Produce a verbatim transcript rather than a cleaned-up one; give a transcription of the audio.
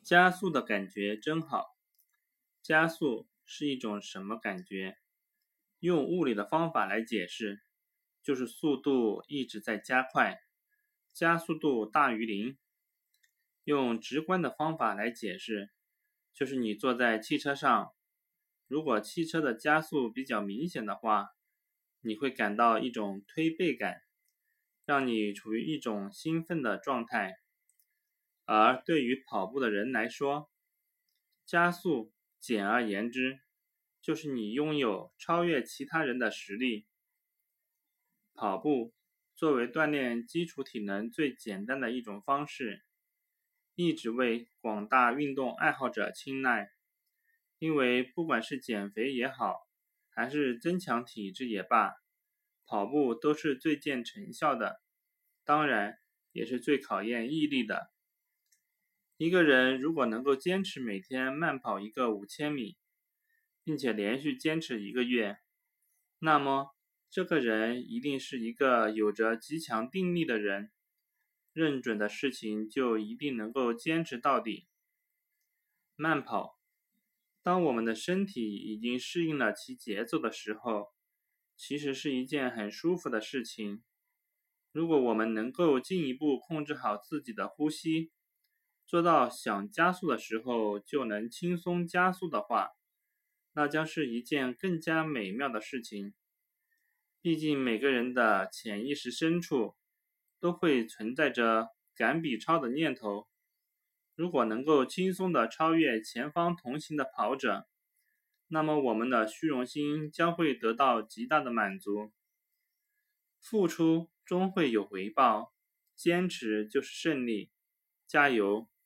加速的感觉真好。加速是一种什么感觉？用物理的方法来解释，就是速度一直在加快，加速度大于零。用直观的方法来解释，就是你坐在汽车上，如果汽车的加速比较明显的话，你会感到一种推背感，让你处于一种兴奋的状态。而对于跑步的人来说，加速简而言之，就是你拥有超越其他人的实力。跑步作为锻炼基础体能最简单的一种方式，一直为广大运动爱好者青睐。因为不管是减肥也好，还是增强体质也罢，跑步都是最见成效的，当然也是最考验毅力的。一个人如果能够坚持每天慢跑一个五千米，并且连续坚持一个月，那么这个人一定是一个有着极强定力的人，认准的事情就一定能够坚持到底。慢跑，当我们的身体已经适应了其节奏的时候，其实是一件很舒服的事情。如果我们能够进一步控制好自己的呼吸，做到想加速的时候就能轻松加速的话，那将是一件更加美妙的事情。毕竟每个人的潜意识深处都会存在着赶比超的念头，如果能够轻松地超越前方同行的跑者，那么我们的虚荣心将会得到极大的满足。付出终会有回报，坚持就是胜利，加油！